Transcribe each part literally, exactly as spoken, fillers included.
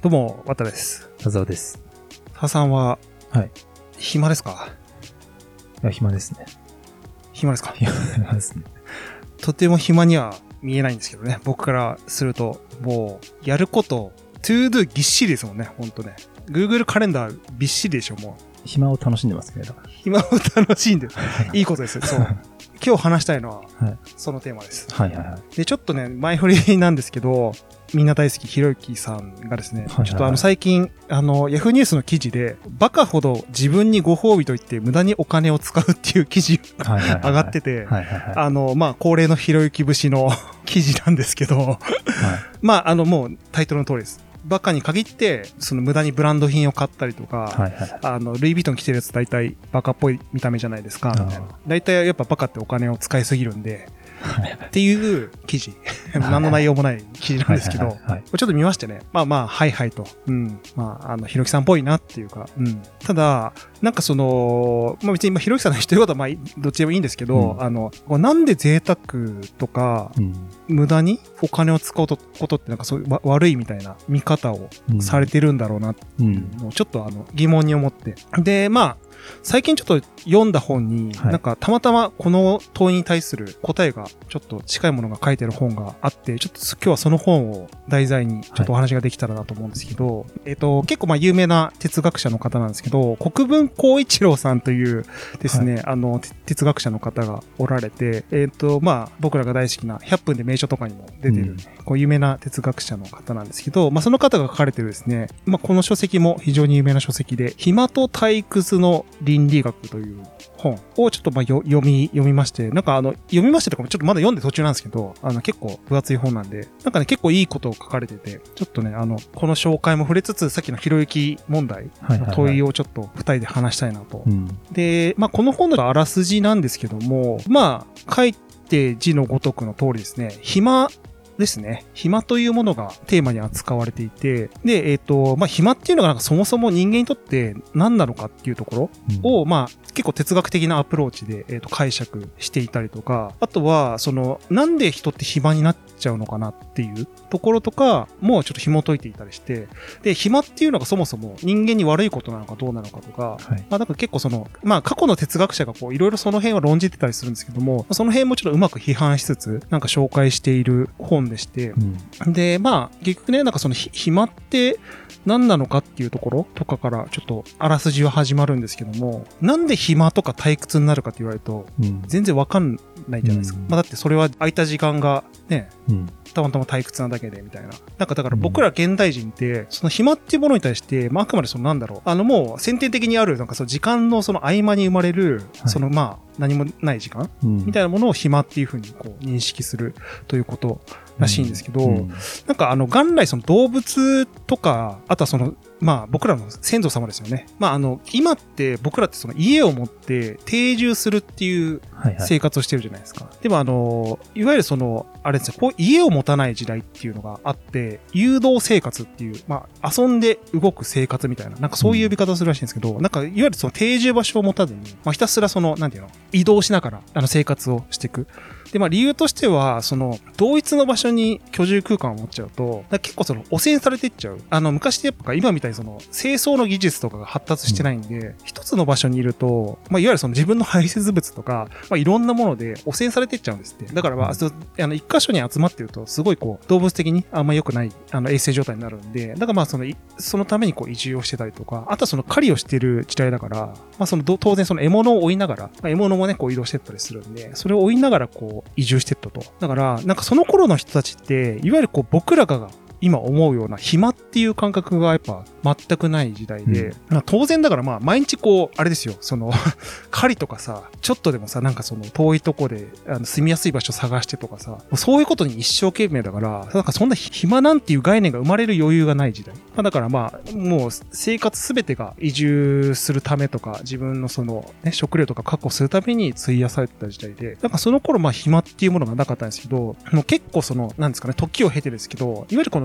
どうも、わたです。 田沢です。 田さんは、 はい。 暇ですか？ いや、暇ですね。 暇ですか？ 暇ですね。 とても暇には見えないんですけどね。僕からすると、もう、やること、トゥードゥぎっしりですもんね、ほんとね。Google カレンダーびっしりでしょ、もう。 暇を楽しんでますね、だから。 暇を楽しんでる。いいことですよ。そう。今日話したいのは、 はい、 そのテーマです。 はいはいはい。 で、ちょっとね、前振りなんですけど、みんな大好きひろゆきさんがですね、はいはいはい、ちょっとあの最近、あの、ヤフーニュースの記事で、バカほど自分にご褒美と言って無駄にお金を使うっていう記事が上がってて、あの、まあ、恒例のひろゆき節の記事なんですけど、はい、まあ、あの、もうタイトルの通りです。バカに限って、その無駄にブランド品を買ったりとか、はいはい、あの、ルイ・ヴィトン着てるやつ大体バカっぽい見た目じゃないですか。大体やっぱバカってお金を使いすぎるんで、っていう記事。何の内容もない記事なんですけど、ちょっと見ましてね。まあまあ、はいはいと。うん。まあ、あの、ひろきさんっぽいなっていうか、うん。ただ、なんかその、まあ別に今ひろきさんの言ってることはまあ、どっちでもいいんですけど、うん、あの、なんで贅沢とか、うん、無駄にお金を使うことってなんかそういう悪いみたいな見方をされてるんだろうなっていうのをちょっとあの、疑問に思って。で、まあ、最近ちょっと読んだ本に、はい、なんかたまたまこの問いに対する答えがちょっと近いものが書いてる本があって、ちょっと今日はその本を題材にちょっとお話ができたらなと思うんですけど、はい、えっと、結構まあ有名な哲学者の方なんですけど、国分光一郎さんというですね、はい、あの、哲学者の方がおられて、えっと、まあ僕らが大好きなひゃっぷんで名所とかにも出てる、うん、こう有名な哲学者の方なんですけど、まあその方が書かれてるですね、まあこの書籍も非常に有名な書籍で、暇と退屈の倫理学という本をちょっとまあ読み、読みまして、なんかあの、読みましてとかもちょっとまだ読んで途中なんですけど、あの結構分厚い本なんで、なんかね結構いいことを書かれてて、ちょっとね、あの、この紹介も触れつつ、さっきのひろゆき問題の問いをちょっと二人で話したいなと。はいはいはい、で、まあこの本のあらすじなんですけども、まあ、書いて字のごとくの通りですね、暇、ですね。暇というものがテーマに扱われていて、で、えっと、まあ、暇っていうのがなんかそもそも人間にとって何なのかっていうところを、うん、まあ、結構哲学的なアプローチで、えっと、解釈していたりとか、あとは、その、なんで人って暇になっちゃうのかなっていうところとかもちょっと紐解いていたりして、で、暇っていうのがそもそも人間に悪いことなのかどうなのかとか、はい、まあ、なんか結構その、まあ、過去の哲学者がこう、いろいろその辺は論じてたりするんですけども、その辺もちょっとうまく批判しつつ、なんか紹介している本でして、うん、で、まあ、結局ね、なんかその暇って何なのかっていうところとかからちょっとあらすじは始まるんですけども、なんで暇とか退屈になるかって言われると、うん、全然わかんないじゃないですか。うん、まあ、だってそれは空いた時間がね、うん、たまたま退屈なだけでみたいな。なんかだから僕ら現代人って、その暇っていうものに対して、まああくまでそのなんだろう、あのもう先天的にあるなんかその時間のその合間に生まれる、はい、そのまあ何もない時間、うん、みたいなものを暇っていうふうにこう認識するということらしいんですけど、うんうん、なんかあの元来その動物とか、あとはそのまあ僕らの先祖様ですよね。まああの今って僕らってその家を持って定住するっていう生活をしてるじゃないですか。はいはい、でもあのいわゆるそのあれですね、こう家を持たない時代っていうのがあって、誘導生活っていうまあ遊んで動く生活みたいななんかそういう呼び方をするらしいんですけど、うん、なんかいわゆるその定住場所を持たずに、まあひたすらそのなんていうの移動しながらあの生活をしていく。で、まあ理由としては、その、同一の場所に居住空間を持っちゃうと、結構その汚染されていっちゃう。あの、昔ってやっぱ今みたいにその、清掃の技術とかが発達してないんで、一、うん、つの場所にいると、まあいわゆるその自分の排泄物とか、まあいろんなもので汚染されていっちゃうんですって。だからまあ、あの、一箇所に集まってると、すごいこう、動物的にあんま良くない、あの、衛生状態になるんで、だからまあその、そのためにこう、移住をしてたりとか、あとはその狩りをしてる時代だから、まあその、当然その獲物を追いながら、まあ、獲物もね、こう移動してったりするんで、それを追いながらこう、移住してったと。だから、なんかその頃の人たちって、いわゆるこう僕らが今思うような暇っていう感覚がやっぱ全くない時代で、うん、まあ当然だからまあ毎日こう、あれですよ、その、狩りとかさ、ちょっとでもさ、なんかその遠いとこであの住みやすい場所探してとかさ、そういうことに一生懸命だから、なんかそんな暇なんていう概念が生まれる余裕がない時代。まあ、だからまあ、もう生活すべてが移住するためとか、自分のその、ね、食料とか確保するために費やされてた時代で、なんかその頃まあ暇っていうものがなかったんですけど、もう結構その、なんですかね、時を経てですけど、いわゆるこの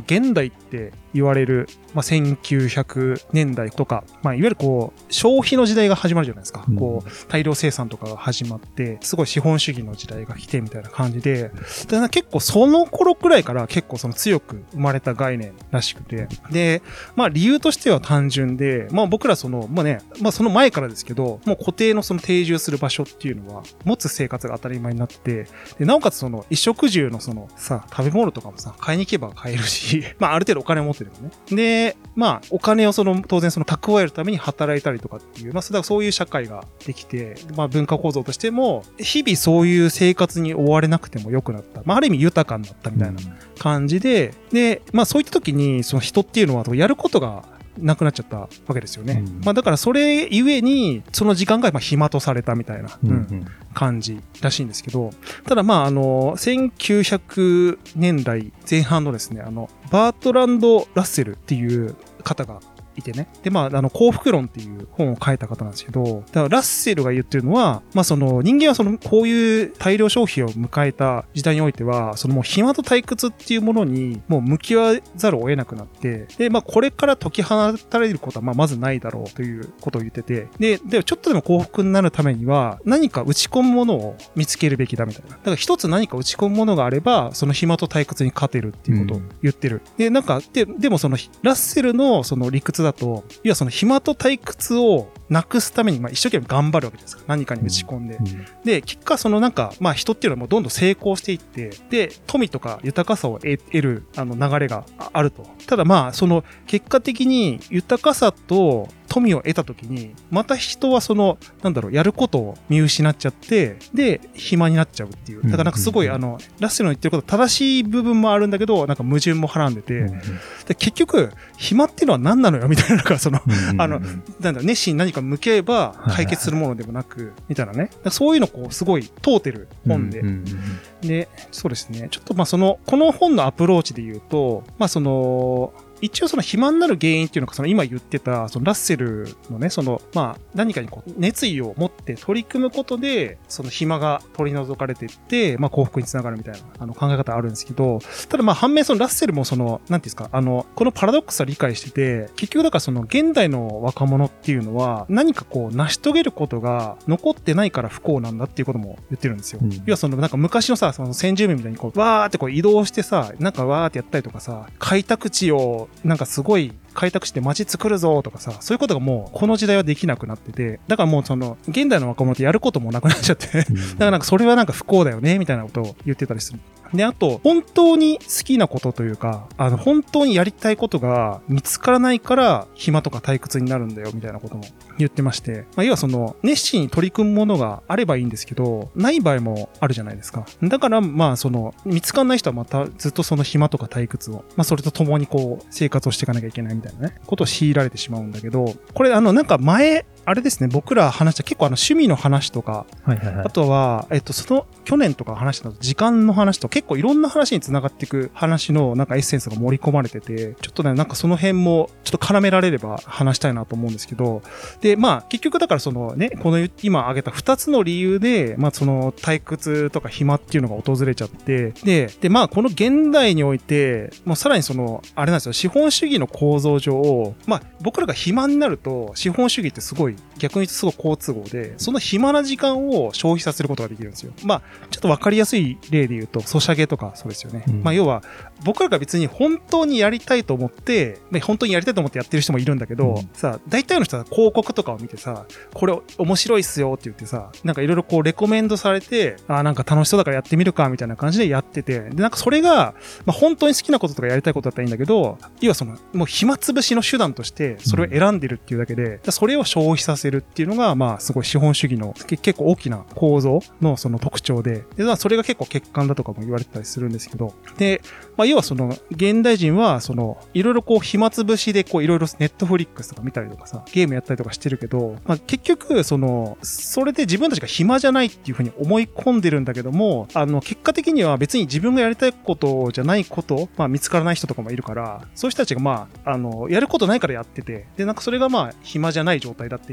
現代って言われる、まあ、せんきゅうひゃくねんだいとか、まあ、いわゆるこう、消費の時代が始まるじゃないですか。うん、こう、大量生産とかが始まって、すごい資本主義の時代が来てみたいな感じで、で結構その頃くらいから結構その強く生まれた概念らしくて、で、まあ理由としては単純で、まあ僕らその、まあね、まあその前からですけど、もう固定のその定住する場所っていうのは、持つ生活が当たり前になって、で、なおかつその衣食住のそのさ、食べ物とかもさ、買いに行けば買えるし、まあある程度お金を持ってるのね。で、まあお金をその、当然その蓄えるために働いたりとかっていう、まあそういう社会ができて、まあ文化構造としても、日々そういう生活に追われなくても良くなった。まあある意味豊かになったみたいな感じで、で、まあそういった時に、その人っていうのはやることがなくなっちゃったわけですよね。うん、まあだからそれゆえに、その時間がまあ暇とされたみたいな、うんうん、感じらしいんですけど、ただまああの、せんきゅうひゃくねんだいぜん半のですね、あの、バートランド・ラッセルっていう方がいてね。で、まあ、あの、幸福論っていう本を書いた方なんですけど、だからラッセルが言ってるのは、まあ、その、人間はその、こういう大量消費を迎えた時代においては、そのもう暇と退屈っていうものに、もう向き合わざるを得なくなって、で、まあ、これから解き放たれることは、まあ、まずないだろうということを言ってて、で、で、ちょっとでも幸福になるためには、何か打ち込むものを見つけるべきだみたいな。だから一つ何か打ち込むものがあれば、その暇と退屈に勝てるっていうことを言ってる。うん、で、なんか、で、でもその、ラッセルのその理屈だと、いや、その暇と退屈をなくすために、まあ、一生懸命頑張るわけですから、何かに打ち込んで。うんうん、で、結果、そのなんか、まあ、人っていうのはもうどんどん成功していって、で、富とか豊かさを得る、あの、流れがあると。ただまあ、その、結果的に豊かさと、富を得たときに、また人はその、なんだろう、やることを見失っちゃって、で、暇になっちゃうっていう。だからなんかすごい、あの、ラッセルの言ってること正しい部分もあるんだけど、なんか矛盾もはらんでて、うんうん、で結局、暇っていうのは何なのよみたいな、なんかその、うんうん、あの、なんだろう、熱心に何か向ければ解決するものでもなく、みたいなね。そういうのこう、すごい問うてる本で、うんうんうん。で、そうですね。ちょっとまあその、この本のアプローチで言うと、まあその、一応その暇になる原因っていうのがその今言ってたそのラッセルのねそのまあ何かにこう熱意を持って取り組むことでその暇が取り除かれていってまあ幸福につながるみたいなあの考え方あるんですけど、ただまあ反面そのラッセルもそのなんていうんですかあのこのパラドックスは理解してて、結局だからその現代の若者っていうのは何かこう成し遂げることが残ってないから不幸なんだっていうことも言ってるんですよ。うん、要はそのなんか昔のさその先住民みたいにこうわーってこう移動してさなんかわーってやったりとかさ開拓地をなんかすごい開拓して街作るぞとかさ、そういうことがもうこの時代はできなくなってて、だからもうその現代の若者ってやることもなくなっちゃってだからなんかそれはなんか不幸だよねみたいなことを言ってたりする。で、あと本当に好きなことというか、あの本当にやりたいことが見つからないから暇とか退屈になるんだよみたいなことも言ってまして、まあ、要はその熱心に取り組むものがあればいいんですけど、ない場合もあるじゃないですか。だからまあその見つかんない人はまたずっとその暇とか退屈を、まあそれと共にこう生活をしていかなきゃいけないみたいなね、ことを強いられてしまうんだけど、これあのなんか前、あれですね、僕ら話した結構あの趣味の話とか、はいはいはい、あとは、えっと、その去年とか話した時間の話と結構いろんな話につながっていく話のなんかエッセンスが盛り込まれてて、ちょっとね、なんかその辺もちょっと絡められれば話したいなと思うんですけど、で、まあ結局だからそのね、この今挙げたふたつの理由で、まあその退屈とか暇っていうのが訪れちゃって、で、で、まあこの現代において、もうさらにその、あれなんですよ、資本主義の構造上、まあ僕らが暇になると、資本主義ってすごい逆に言うとすごい好都合で、その暇な時間を消費させることができるんですよ。まあ、ちょっとわかりやすい例で言うと、ソシャゲとかそうですよね。うん、まあ、要は、僕らが別に本当にやりたいと思って、本当にやりたいと思ってやってる人もいるんだけど、うん、さ、大体の人は広告とかを見てさ、これ面白いっすよって言ってさ、なんかいろいろこうレコメンドされて、あ、なんか楽しそうだからやってみるかみたいな感じでやってて、で、なんかそれが、まあ、本当に好きなこととかやりたいことだったらいいんだけど、要はその、もう暇つぶしの手段として、それを選んでるっていうだけで、うん、それを消費させるっていうのが、まあ、すごい資本主義の結構大きな構造のその特徴で、で、まあ、それが結構欠陥だとかも言われてたりするんですけど、で、まあ、要はその、現代人は、その、いろいろこう、暇つぶしで、こう、いろいろネットフリックスとか見たりとかさ、ゲームやったりとかしてるけど、まあ、結局、その、それで自分たちが暇じゃないっていうふうに思い込んでるんだけども、あの、結果的には別に自分がやりたいことじゃないこと、まあ、見つからない人とかもいるから、そういう人たちがまあ、あの、やることないからやってて、で、なんかそれがまあ、暇じゃない状態だって認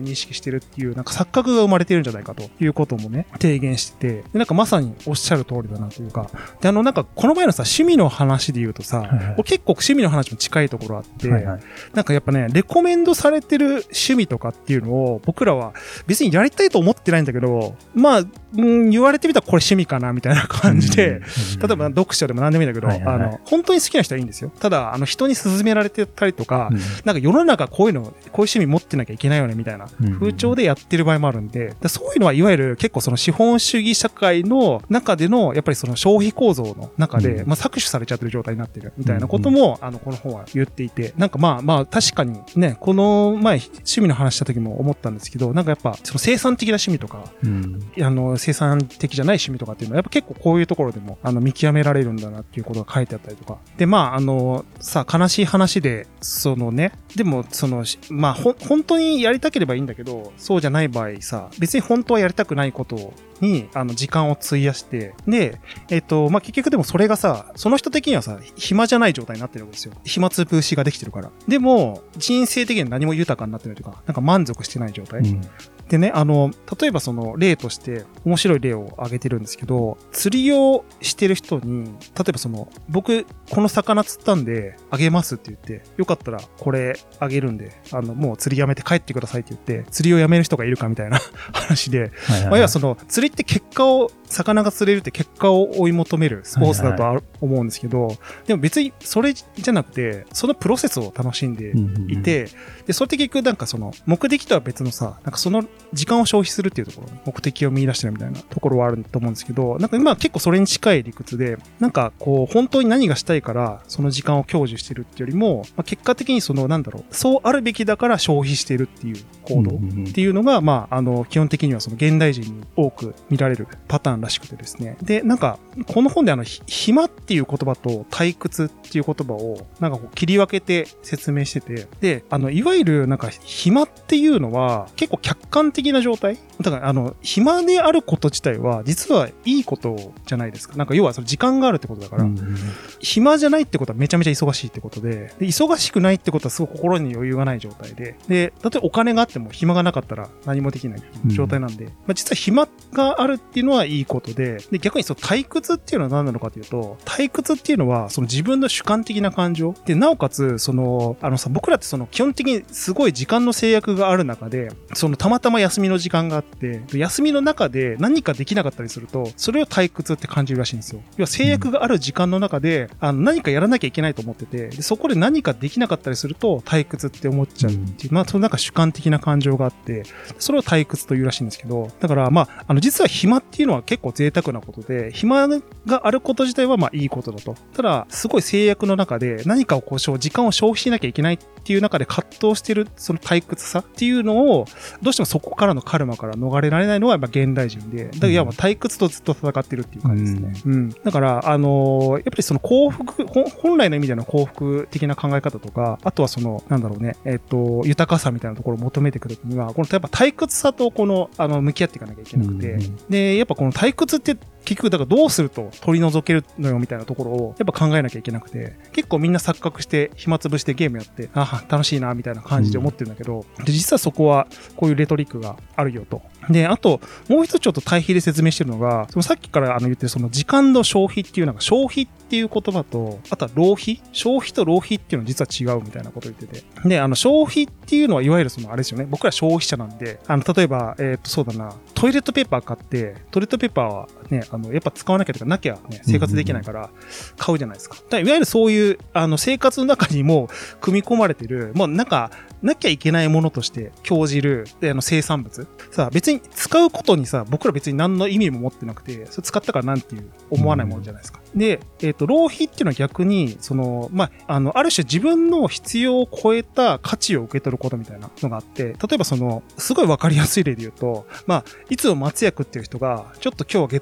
認識してるっていう、なんか錯覚が生まれてるんじゃないかということもね、提言してて、でなんかまさにおっしゃる通りだなというか、で、あの、なんかこの前のさ、趣味の話で言うとさ、はいはい、結構趣味の話も近いところあって、はいはい、なんかやっぱね、レコメンドされてる趣味とかっていうのを、僕らは別にやりたいと思ってないんだけど、まあ、うん、言われてみたらこれ趣味かなみたいな感じで、うん、例えば読書でも何でもいいんだけど、はいはいはい、あの、本当に好きな人はいいんですよ。ただ、あの、人に勧められてたりとか、うん、なんか世の中こういうの、こういう趣味持ってなきゃいけないよねみたいな風潮でやってる場合もあるんで、でそういうのはいわゆる結構その資本主義社会の中での、やっぱりその消費構造の中で、うん、まあ、搾取されちゃってる状態になってるみたいなことも、うん、あの、この本は言っていて、なんかまあまあ、確かにね、この前、趣味の話した時も思ったんですけど、なんかやっぱ、その生産的な趣味とか、うん、あの、生産的じゃない趣味とかっていうのは、やっぱ結構こういうところでも、あの、見極められるんだなっていうことが書いてあったりとか。で、まあ、あの、さ、悲しい話で、そのね、でも、その、まあ、ほ、本当にやりたければいいんだけど、そうじゃない場合さ、別に本当はやりたくないことを、に、あの、時間を費やして、で、えっと、まあ、結局でもそれがさ、その人的にはさ、暇じゃない状態になってるわけですよ。暇つぶしができてるから。でも、人生的には何も豊かになってないというか、なんか満足してない状態。うん、でね、あの、例えばその例として面白い例を挙げてるんですけど、釣りをしてる人に、例えばその、僕、この魚釣ったんで、あげますって言って、よかったらこれあげるんで、あの、もう釣りやめて帰ってくださいって言って、釣りをやめる人がいるかみたいな話で、はいはいはい、まあ、要はその、釣りって結果を、魚が釣れるって結果を追い求めるスポーツだとは思うんですけど、はいはい、でも別にそれじゃなくて、そのプロセスを楽しんでいて、うんうんうん、で、それって結局なんかその、目的とは別のさ、なんかその時間を消費するっていうところに目的を見出してるみたいなところはあると思うんですけど、なんか今結構それに近い理屈で、なんかこう、本当に何がしたいからその時間を享受してるっていうよりも、まあ、結果的にその、なんだろう、そうあるべきだから消費してるっていう行動っていうのが、まあ、あの、基本的にはその現代人に多く見られるパターンらしくてですね。で、なんか、この本であの、暇っていう言葉と退屈っていう言葉を、なんかこう切り分けて説明してて、で、あの、いわゆるなんか、暇っていうのは、結構客観的な状態？だから、あの、暇であること自体は、実はいいことじゃないですか。なんか、要はその時間があるってことだから、うんうん、暇じゃないってことはめちゃめちゃ忙しいってことで、で、忙しくないってことはすごく心に余裕がない状態で、で、例えばお金があっても暇がなかったら何もできないっていう状態なんで、うん、まあ、実は暇があるっていうのはいいことで、で、逆にその退屈っていうのは何なのかというと、退屈っていうのはその自分の主観的な感情で、なおかつその、あのさ、僕らってその基本的にすごい時間の制約がある中で、そのたまたま休みの時間があって、休みの中で何かできなかったりすると、それを退屈って感じるらしいんですよ。要は制約がある時間の中で、あの何かやらなきゃいけないと思ってて、でそこで何かできなかったりすると退屈って思っちゃうっていう、まあそのなんか主観的な感情があって、それを退屈というらしいんですけど、だからまあ、あの実は暇っていうのは結構贅沢なことで、暇があること自体はまあいいことだと。ただ、すごい制約の中で何かをこう、時間を消費しなきゃいけないっていう中で葛藤してるその退屈さっていうのを、どうしてもそこからのカルマから逃れられないのはやっぱ現代人で、だからいわば退屈とずっと戦ってるっていう感じですね。うん。うん、だから、あのー、やっぱりその幸福、本来の意味での幸福的な考え方とか、あとはその、なんだろうね、えっと、豊かさみたいなところを求めてくるときには、このやっぱ退屈さとこの、あの、向き合っていかなきゃいけなくて、うん、で、やっぱこの退屈って結局だからどうすると取り除けるのよみたいなところをやっぱ考えなきゃいけなくて、結構みんな錯覚して暇つぶしてゲームやって、ああ、楽しいなみたいな感じで思ってるんだけど、うん、で、実はそこはこういうレトリックがあるよと。で、あと、もう一つちょっと対比で説明してるのが、そのさっきからあの言ってるその時間の消費っていうのが、消費っていう言葉と、あとは浪費消費と浪費っていうのは実は違うみたいなことを言ってて。で、あの、消費っていうのはいわゆるそのあれですよね。僕ら消費者なんで、あの、例えば、えっと、そうだな、トイレットペーパー買って、トイレットペーパーはね、あの、やっぱ使わなきゃとかなきゃね、生活できないから買うじゃないですか。だからいわゆるそういう、あの、生活の中にも組み込まれてる、もうなんか、なきゃいけないものとして興じる、あの、生産物。さあ、別に使うことにさ、僕ら別に何の意味も持ってなくて、それ使ったからなんていう思わないものじゃないですか。で、えっと、浪費っていうのは逆に、その、まあ、あの、ある種自分の必要を超えた価値を受け取ることみたいなのがあって、例えばその、すごいわかりやすい例で言うと、まあ、いつも松役っていう人が、ちょっと今日は月末だ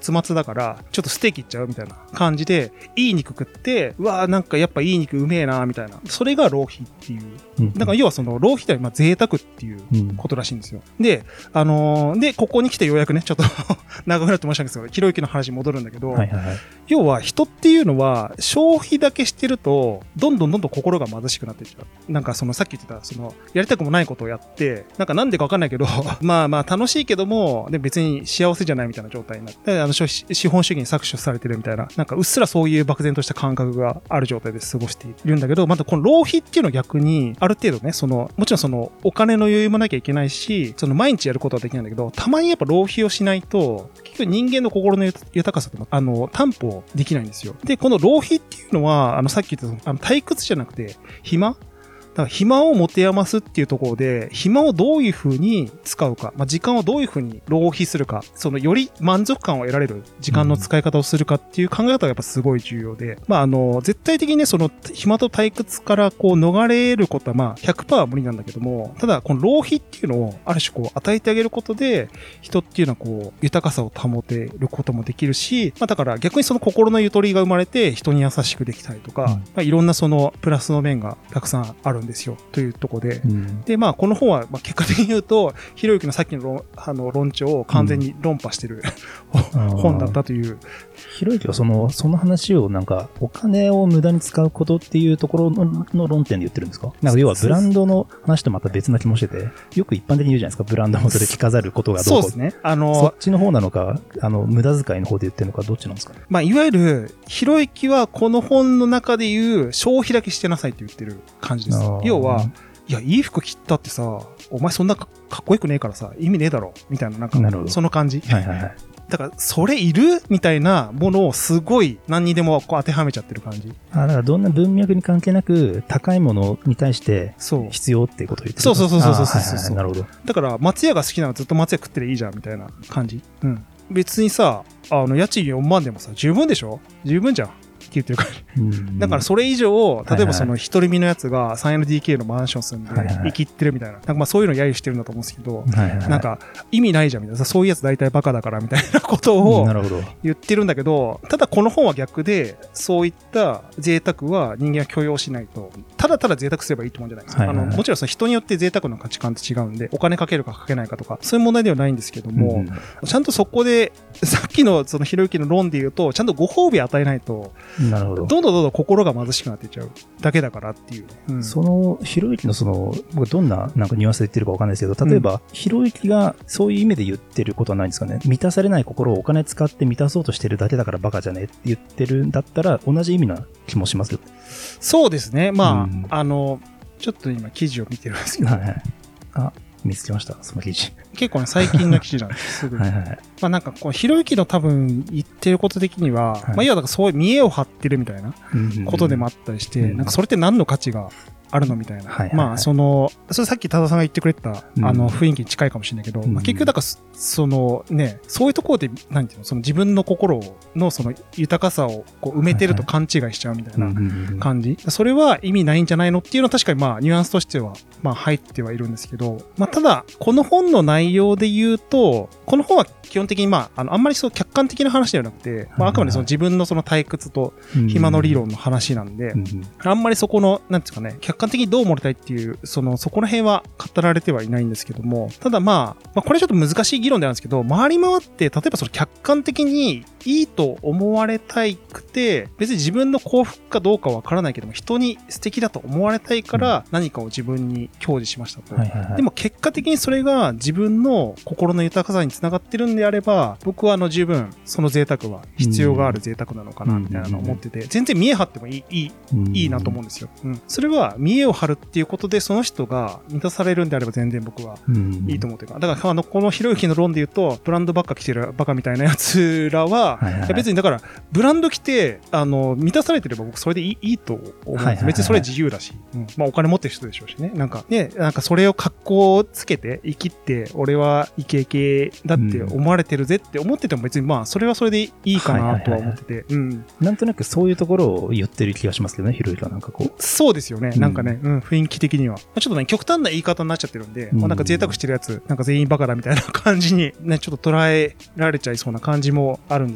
だからちょっとステーキいっちゃうみたいな感じでいい肉食ってうわーなんかやっぱいい肉うめえなみたいな、それが浪費っていう、うん、だから要はその浪費ってまあ贅沢っていうことらしいんですよ、うん、であのー、でここに来てようやくねちょっと長くなって申し訳ないですけどひろゆきの話に戻るんだけど、はいはいはい、要は人っていうのは消費だけしてるとどんどんどんどん心が貧しくなっていっちゃう。なんかそのさっき言ってたそのやりたくもないことをやってなんかなんでかわかんないけどまあまあ楽しいけどもで別に幸せじゃないみたいな状態になってあの資本主義に搾取されてるみたいななんかうっすらそういう漠然とした感覚がある状態で過ごしているんだけど、またこの浪費っていうのは逆にある程度ねそのもちろんそのお金の余裕もなきゃいけないしその毎日やることはできないんだけどたまにやっぱ浪費をしないと結局人間の心の豊かさってあの担保できないんですよ。でこの浪費っていうのはあのさっき言ったあの退屈じゃなくて暇だから暇を持て余すっていうところで暇をどういう風に使うか、まあ、時間をどういう風に浪費するかそのより満足感を得られる時間の使い方をするかっていう考え方がやっぱすごい重要で、まああの絶対的にねその暇と退屈からこう逃れることはまあ ひゃくパーセント は無理なんだけどもただこの浪費っていうのをある種こう与えてあげることで人っていうのはこう豊かさを保てることもできるし、まあ、だから逆にその心のゆとりが生まれて人に優しくできたりとか、うんまあ、いろんなそのプラスの面がたくさんあるんですよというところで、うん、でまあこの本はまあ結果的に言うとひろゆきのさっきの論あの論調を完全に論破してる、うん、本だったという。 ひろゆきはそのその話をなんかお金を無駄に使うことっていうところ の, の論点で言ってるんですか？なんか要はブランドの話とまた別な気もしててよく一般的に言うじゃないですかブランド元で着飾ることがどうこう。そうですね。あのそっちの方なのかあの無駄遣いの方で言ってるのかどっちなんですかね。 まあいわゆるひろゆきはこの本の中で言う消費だけしてなさいって言ってる感じです。要はいやいい服着たってさお前そんなかっこよくねえからさ意味ねえだろみたいななんかその感じ、はいはいはい、だからそれいるみたいなものをすごい何にでもこう当てはめちゃってる感じ。 あだからどんな文脈に関係なく高いものに対して必要っていうことを言ってる。 そうそうそうそうそうそうそう、はいはい、なるほど。だから松屋が好きならずっと松屋食ってりゃいいじゃんみたいな感じ。うん別にさあの家賃よんまんでもさ十分でしょ十分じゃんって言ってるから、だからそれ以上例えばその独り身のやつが スリーエルディーケー のマンション住んで生きってるみたいな、なんかまあそういうの揶揄してるんだと思うんですけど、なんか意味ないじゃんみたいな、そういうやつ大体バカだからみたいなことを言ってるんだけど、ただこの本は逆でそういった贅沢は人間は許容しないと、ただただ贅沢すればいいと思うんじゃないですか。あのもちろんその人によって贅沢の価値観って違うんでお金かけるかかけないかとかそういう問題ではないんですけども、ちゃんとそこでさっきのそのひろゆきの論で言うとちゃんとご褒美与えないとなるほど。どんどんどんどん心が貧しくなっていっちゃうだけだからっていう、うん、 そのひろゆきのその僕どんななんかニュアンスで言ってるかわかんないですけど、例えば、うん、ひろゆきがそういう意味で言ってることはないんですかね。満たされない心をお金使って満たそうとしてるだけだからバカじゃねって言ってるんだったら同じ意味な気もしますよ。 そうですね。まあ、うん、あのちょっと今記事を見てるんですけど、はいはい、 あ見つけましたその記事。 結構ね最近の記事なんですすぐにはい、はい、まあなんかこうひろゆきの多分言ってること的には、はい、まあ要はだからそういう見栄を張ってるみたいなことでもあったりして、うんうんうん、なんかそれって何の価値があるのみたいな、はいはいはい、まあそのそれさっき多田さんが言ってくれた、うん、あの雰囲気に近いかもしれないけど、うんまあ、結局だからそのねそういうところで何ていうのその自分の心のその豊かさをこう埋めてると勘違いしちゃうみたいな感じ、はいはい、それは意味ないんじゃないのっていうのは確かにまあニュアンスとしてはまあ入ってはいるんですけど、まあただこの本の内容で言うとこの本は基本的にまああのあんまりそう客観的な話ではなくて、まあ、あくまでその自分のその退屈と暇の理論の話なんで、あんまりそこのなんですかね客観的にどう思われたいっていうそのそこら辺は語られてはいないんですけども、ただまあ、まあ、これちょっと難しい議論であるんですけど、回り回って例えばその客観的にいいと思われたいくて別に自分の幸福かどうかはわからないけども人に素敵だと思われたいから何かを自分に享受しましたと、うんはいはいはい、でも結果的にそれが自分の心の豊かさにつながってるんであれば僕はあの十分その贅沢は必要がある贅沢なのかなみたいなのを思ってて、全然見栄張ってもいいいい、いいなと思うんですよ、うん、それは見栄を張るっていうことでその人が満たされるんであれば全然僕はいいと思ってるから、だからあのこのひろゆきの論で言うとブランドばっか着てるバカみたいなやつらは、はいはいはい、別にだからブランド着てあの満たされてれば僕それでいい、いいと思うんです、はいはいはい、別にそれ自由だし、うんまあ、お金持ってる人でしょうしね、なんかねなんかそれを格好をつけて生きって俺はイケイケだって思われてるぜって思ってても別にまあそれはそれでいいかなとは思ってて、はいはいはいはい、うん、 なんとなくそういうところを言ってる気がしますけどねひろゆきはなんかこうそうですよね、なんかね、うん、雰囲気的にはちょっとね極端な言い方になっちゃってるんで、うん、まあ、なんか贅沢してるやつなんか全員バカだみたいな感じにねちょっと捉えられちゃいそうな感じもあるんです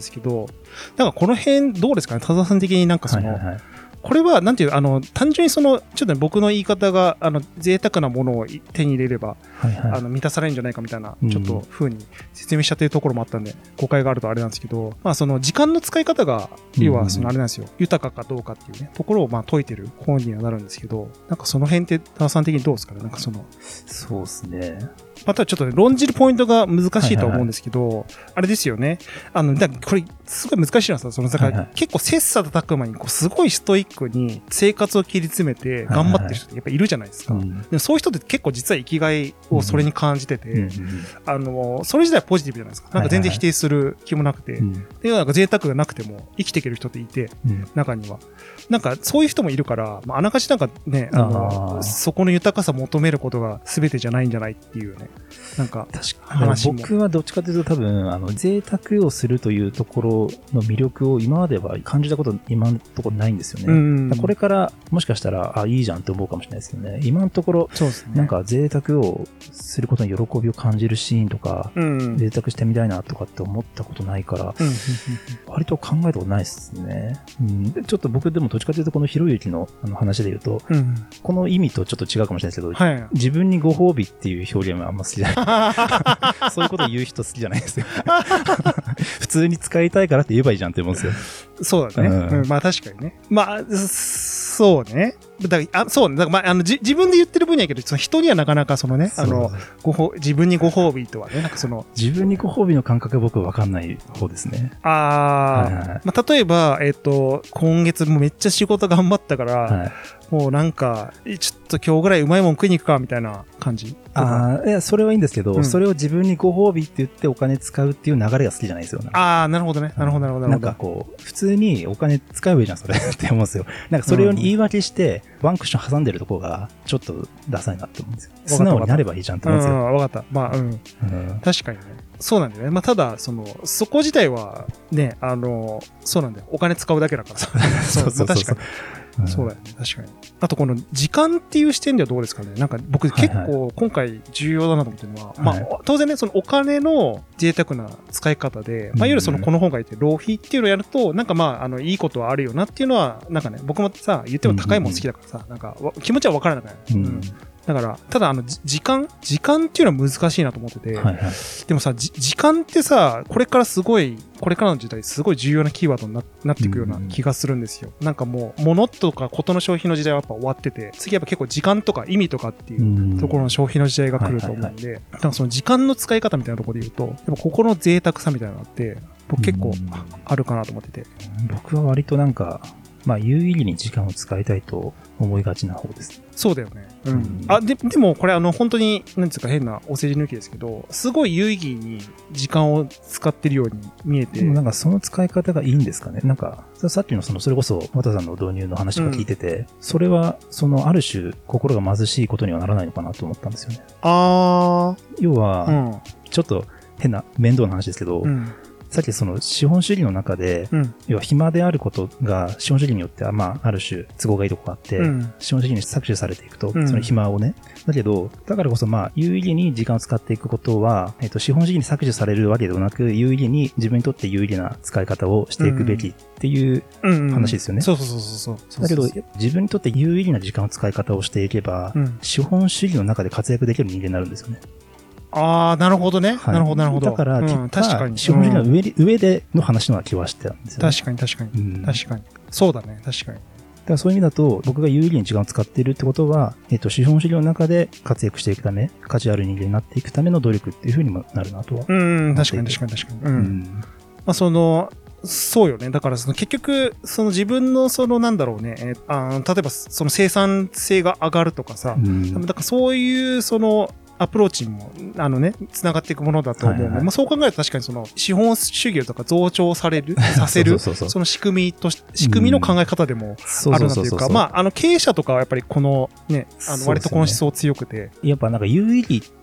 ですけど、なんかこの辺どうですかね、田沢さん的になんかその、はいはいはい、これはなんていう、あの単純にそのちょっと、ね、僕の言い方があの贅沢なものを手に入れれば、はいはい、あの満たされるんじゃないかみたいなちょっと風に説明しちゃってるところもあったんで、誤解があるとあれなんですけど、まあその時間の使い方が要はそのあれなんですよ、豊かかどうかっていうねところをまあ解いてる本にはなるんですけど、なんかその辺って田沢さん的にどうですかね、なんかそのそうですね。 またちょっとね、論じるポイントが難しいと思うんですけど、はいはいはい、あれですよね。あの、だこれ、すごい難しいのはさ、その、だから、はいはい、結構切磋琢磨に、こう、すごいストイックに生活を切り詰めて頑張ってる人ってやっぱいるじゃないですか。はいはいはい、でそういう人って結構実は生きがいをそれに感じてて、うんうん、あの、それ自体はポジティブじゃないですか。なんか全然否定する気もなくて、はいはいはい、で、なんか贅沢がなくても生きていける人っていて、うん、中には。なんかそういう人もいるから、まあ、あながちなんかね、あの、そこの豊かさを求めることが全てじゃないんじゃないっていうね。なんか、 話も僕はどっちかというと多分、あの、贅沢をするというところの魅力を今までは感じたこと今のところないんですよね。うんこれからもしかしたら、あ、いいじゃんって思うかもしれないですけどね。今のところ、そうですね、なんか贅沢をすることに喜びを感じるシーンとか、うん、贅沢してみたいなとかって思ったことないから、うん、割と考えたことないですね。うん、ちょっと僕でもどっちかというとこのひろゆきのあの話で言うと、うん、この意味とちょっと違うかもしれないですけど、はい、自分にご褒美っていう表現はあんま好きじゃない。そういうことを言う人好きじゃないですよ。普通に使いたいからって言えばいいじゃんって思うんですよ。 そうだね。うんうん、まあ確かにね。まあ、そうね。だからあそうね。だからまあ、あのじ自分で言ってる分野やけど、その人にはなかなかそのね、あのごほ自分にご褒美とはね、なんかその自分にご褒美の感覚は僕は分かんない方ですね。 ああ、はいはい、まあ例えばえっ、ー、と今月もめっちゃ仕事頑張ったから、はい、もうなんかちょっと今日ぐらいうまいもん食いに行くかみたいな感じ。 ああ、いやそれはいいんですけど、うん、それを自分にご褒美って言ってお金使うっていう流れが好きじゃないですよ。 ああ、なるほどね。なるほどなるほど。 なんかこう普通にお金使えばいいじゃんそれって思うんですよ。なんかそれを言い訳して、うん、ワンクッション挟んでるところがちょっとダサいなって思うんですよ。素直になればいいじゃんって思うんですよ。 わかった。まあ、うん、うん。確かにね。そうなんだよね。まあ、ただ、その、そこ自体は、ね、あの、そうなんだよ。お金使うだけだからさ。そうそうそうそう。確かに。うん、そうだよね。確かに。あと、この時間っていう視点ではどうですかね。なんか、僕結構、今回重要だなと思ってるのは、はいはい、まあ、当然ね、そのお金の贅沢な使い方で、まあ、いわゆるその、この本が言って、浪費っていうのをやると、なんかまあ、あの、いいことはあるよなっていうのは、なんかね、僕もさ、言っても高いもん好きだからさ、なんか、気持ちはわからなくない。うんうんだから、ただあの、時間時間っていうのは難しいなと思ってて、はいはい、でもさ、時間ってさ、これからすごい、これからの時代すごい重要なキーワードに な, なっていくような気がするんですよ。うん、なんかもう、物とかことの消費の時代はやっぱ終わってて、次やっぱ結構時間とか意味とかっていうところの消費の時代が来ると思うんで、だからその時間の使い方みたいなところで言うと、やっぱここの贅沢さみたいなのって、僕結構あるかなと思ってて。 僕は割となんか、まあ、有意義に時間を使いたいと思いがちな方です。 そうだよね。うん。うん、あ、で、でもこれあの、本当に、なんつうか変なお世辞抜きですけど、すごい有意義に時間を使ってるように見えて。 でもなんかその使い方がいいんですかね。なんか、さっきのその、それこそ、渡さんの導入の話とか聞いてて、うん、それは、その、ある種、心が貧しいことにはならないのかなと思ったんですよね。 あー。 要は、うん、ちょっと変な面倒な話ですけど、うんさっきその資本主義の中で、うん、要は暇であることが資本主義によっては、まあ、ある種都合がいいとこがあって、うん、資本主義に搾取されていくと、うん、その暇をね。だけど、だからこそまあ、有意義に時間を使っていくことは、えっと、資本主義に搾取されるわけではなく、有意義に自分にとって有意義な使い方をしていくべきっていう話ですよね。 そうそうそうそうそう。 だけど、自分にとって有意義な時間の使い方をしていけば、うん、資本主義の中で活躍できる人間になるんですよね。 ああ、なるほどね、はい。なるほど、なるほど。 だから、うん、 確かに。 資本主義の上、うん、上での話の気はしてたんですよね。 確かに、確かに、うん。確かに。そうだね、確かに。だからそういう意味だと、僕が有意義に時間を使っているってことは、えっと、資本主義の中で活躍していくため、価値ある人間になっていくための努力っていうふうにもなるなとは。 うん、確かに、確かに、確かに。うん。うん、まあ、その、そうよね。だからその結局、その自分のそのなんだろうね、えー、あ例えばその生産性が上がるとかさ、うん、だからそういうその、アプローチにも、あのね、繋がっていくものだと思うので、はいはい、まあそう考えると確かにその、資本主義とか増長される、させる、そうそうそうそうその仕組みとし、仕組みの考え方でもあるなというか、まあ、あの、経営者とかはやっぱりこのね、あの、割とこの思想強くて。 やっぱなんか有意義っ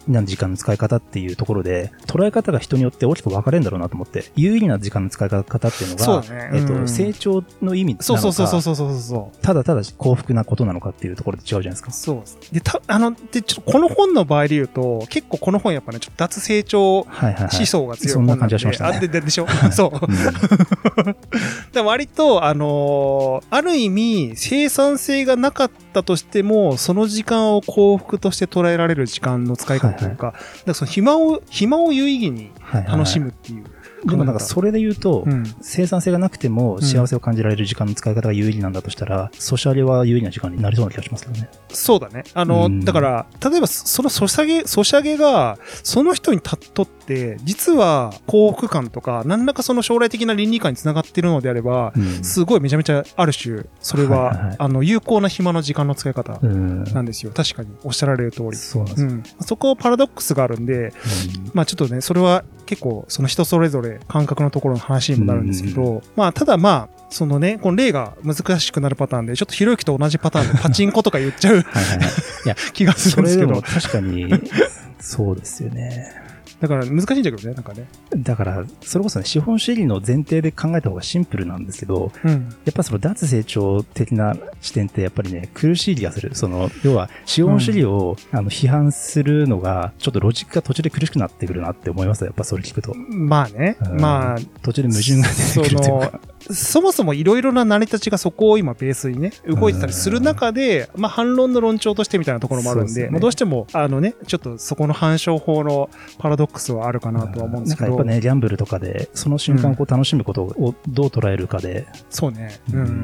な時間の使い方っていうところで、捉え方が人によって大きく分かれるんだろうなと思って、有意義な時間の使い方っていうのが、 そうだね、うん、 えっと、成長の意味なのか、 そうそうそうそうそうそうそう。 ただただ幸福なことなのかっていうところで違うじゃないですか。 そうです。で、た、あの、で、ちょっとこの本の場合で言うと、結構この本やっぱね、ちょっと脱成長思想が強い本なんで、はいはいはい、そんな感じがしましたね。あ、で、で、でしょそう。うん、で割と、あのー、ある意味、生産性がなかったとしても、その時間を幸福として捉えられる時間の使い方というか、はいはい、だからその暇を、暇を有意義に楽しむっていう。はいはいはい、 でもなんかそれで言うと、うん、生産性がなくても幸せを感じられる時間の使い方が有意義なんだとしたら、うん、ソシャゲは有意義な時間になりそうな気がしますよね。 そうだね。あの、うん、だから、例えばそのソシャゲ、ソシャゲが、その人にとって、実は幸福感とか、何らかその将来的な倫理観につながっているのであれば、うん、すごいめちゃめちゃある種、それは、はいはいはい、あの、有効な暇の時間の使い方なんですよ。うん、確かに、おっしゃられる通り。 そうなんです、うん、 そこはパラドックスがあるんで、うん、まあちょっとね、それは結構、その人それぞれ感覚のところの話にもなるんですけど、うん、まあただまあそのねこの例が難しくなるパターンでちょっとひろゆきと同じパターンでパチンコとか言っちゃうはいはい、はい、いや気がするんですけど、 それでも確かにそうですよね。 だから難しいんだけどね、なんかね。 だから、それこそね、資本主義の前提で考えた方がシンプルなんですけど、うん、やっぱその脱成長的な視点ってやっぱりね、苦しい気がする。その、要は、資本主義を、うん、あの批判するのが、ちょっとロジックが途中で苦しくなってくるなって思いますよ。やっぱそれ聞くと。 まあね。うん、まあ、 途中で矛盾が出てくるというか。 そもそもいろいろな成り立ちがそこを今ベースにね、動いてたりする中で、まあ反論の論調としてみたいなところもあるんで、ね、まあどうしても、あのね、ちょっとそこの反証法のパラドックスはあるかなとは思うんですけど。 なんかやっぱね、ギャンブルとかで、その瞬間をこう楽しむことをどう捉えるかで。 うん、そうね。うん。うん、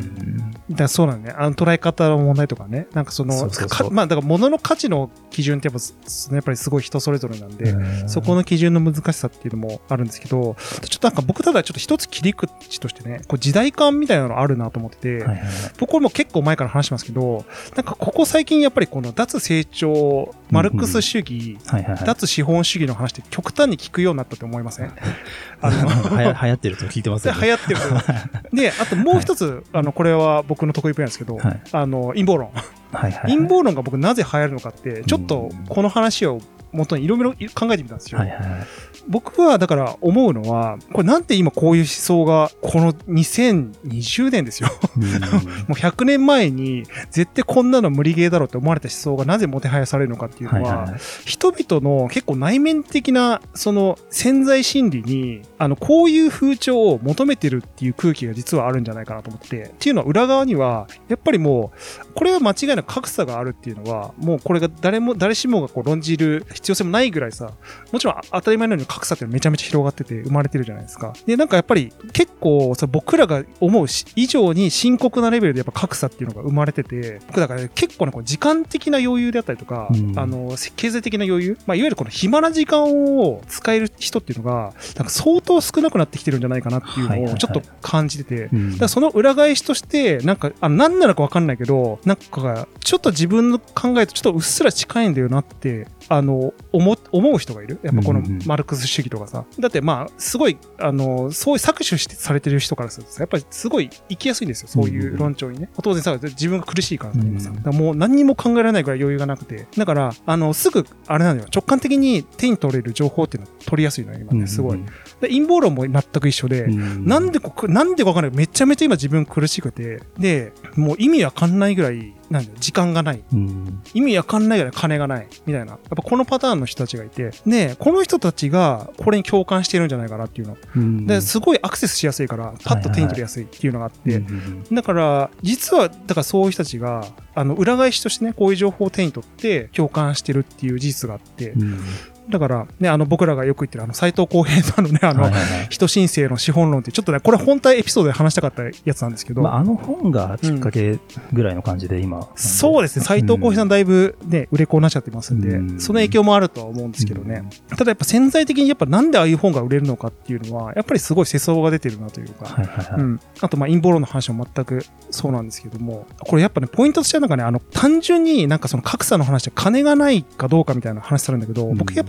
だからそうなんね。あの捉え方の問題とかね。なんかその、そうそうそうまあだから物の価値の基準ってやっぱ、やっぱりすごい人それぞれなんで、そこの基準の難しさっていうのもあるんですけど、ちょっとなんか僕ただちょっと一つ切り口としてね、こう時代感みたいなのあるなと思ってて、はいはいはい、僕これも結構前から話してますけど、なんかここ最近やっぱりこの脱成長、マルクス主義、うんうんはいはいはい、脱資本主義の話って極端に聞くようになったと思いません？あのはや流行ってると聞いてますよね。 流行ってると。で、あともう一つ、はい、あのこれは僕の得意分野ですけど、はい、あの陰謀論。はいはいはい、陰謀論が僕なぜ流行るのかって、ちょっとこの話を元にいろいろ考えてみたんですよ。はいはいはい、僕はだから思うのは、これなんで今こういう思想がこのにせんにじゅうねんですよ。もうひゃくねんまえに絶対こんなの無理ゲーだろうって思われた思想がなぜもてはやされるのかっていうのは、はいはいはい、人々の結構内面的なその潜在心理にあのこういう風潮を求めてるっていう空気が実はあるんじゃないかなと思って、っていうのは裏側にはやっぱりもうこれは間違いなく格差があるっていうのはもうこれが誰も誰しもがこう論じる必要性もないぐらいさ、もちろん当たり前のように格差ってめちゃめちゃ広がってて生まれてるじゃないですか。でなんかやっぱり結構さ僕らが思う以上に深刻なレベルでやっぱ格差っていうのが生まれてて、僕だから結構ねこう時間的な余裕であったりとか、うん、あの経済的な余裕、まあいわゆるこの暇な時間を使える人っていうのがなんか相当少なくなってきてるんじゃないかなっていうのをちょっと感じてて、はいはいはい、だからその裏返しとしてなんかあの何なのか分かんないけどなんかちょっと自分の考えとちょっとうっすら近いんだよなってあの思思う人がいる。やっぱこのマルクス主義とかさ、うんうん、だってまあすごいあのそういう搾取してされてる人からするとさやっぱりすごい生きやすいんですよ、そういう論調にね。当然さ自分が苦しいからさ、今さ、だからもう何にも考えられないぐらい余裕がなくて、だからあのすぐあれなのよ、直感的に手に取れる情報っていうのは取りやすいのよ今ね、すごい。で陰謀論も全く一緒で、うん、なんでこなんでか分かんない、めちゃめちゃ今自分苦しくて、でもう意味わかんないぐらいなんだよ、時間がない、うん、意味わかんないぐらい金がないみたいな、やっぱこのパターンの人たちがいて、でこの人たちがこれに共感しているんじゃないかなっていうの、うん、ですごいアクセスしやすいからパッと手に取りやすいっていうのがあって、はいはいはい、だから実はだからそういう人たちがあの裏返しとしてねこういう情報を手に取って共感してるっていう事実があって、うん、だからね、あの僕らがよく言ってるあの斉藤浩平さんのねあの、はいはいはい、人申請の資本論ってちょっとねこれ本体エピソードで話したかったやつなんですけど、 まあ、あの本がきっかけぐらいの感じで今、うん、 そうですね、斉藤浩平さんだいぶね売れっ子になっちゃってますんで、うん、その影響もあるとは思うんですけどね、うん、ただやっぱ潜在的にやっぱなんでああいう本が売れるのかっていうのはやっぱりすごい世相が出てるなというか、はいはいはい、うん、あとまあ陰謀論の話も全くそうなんですけども、これやっぱねポイントとしてはなんかねあの単純になんかその格差の話で金がないかどうかみたいな話されるんだけど、うん、僕やっぱね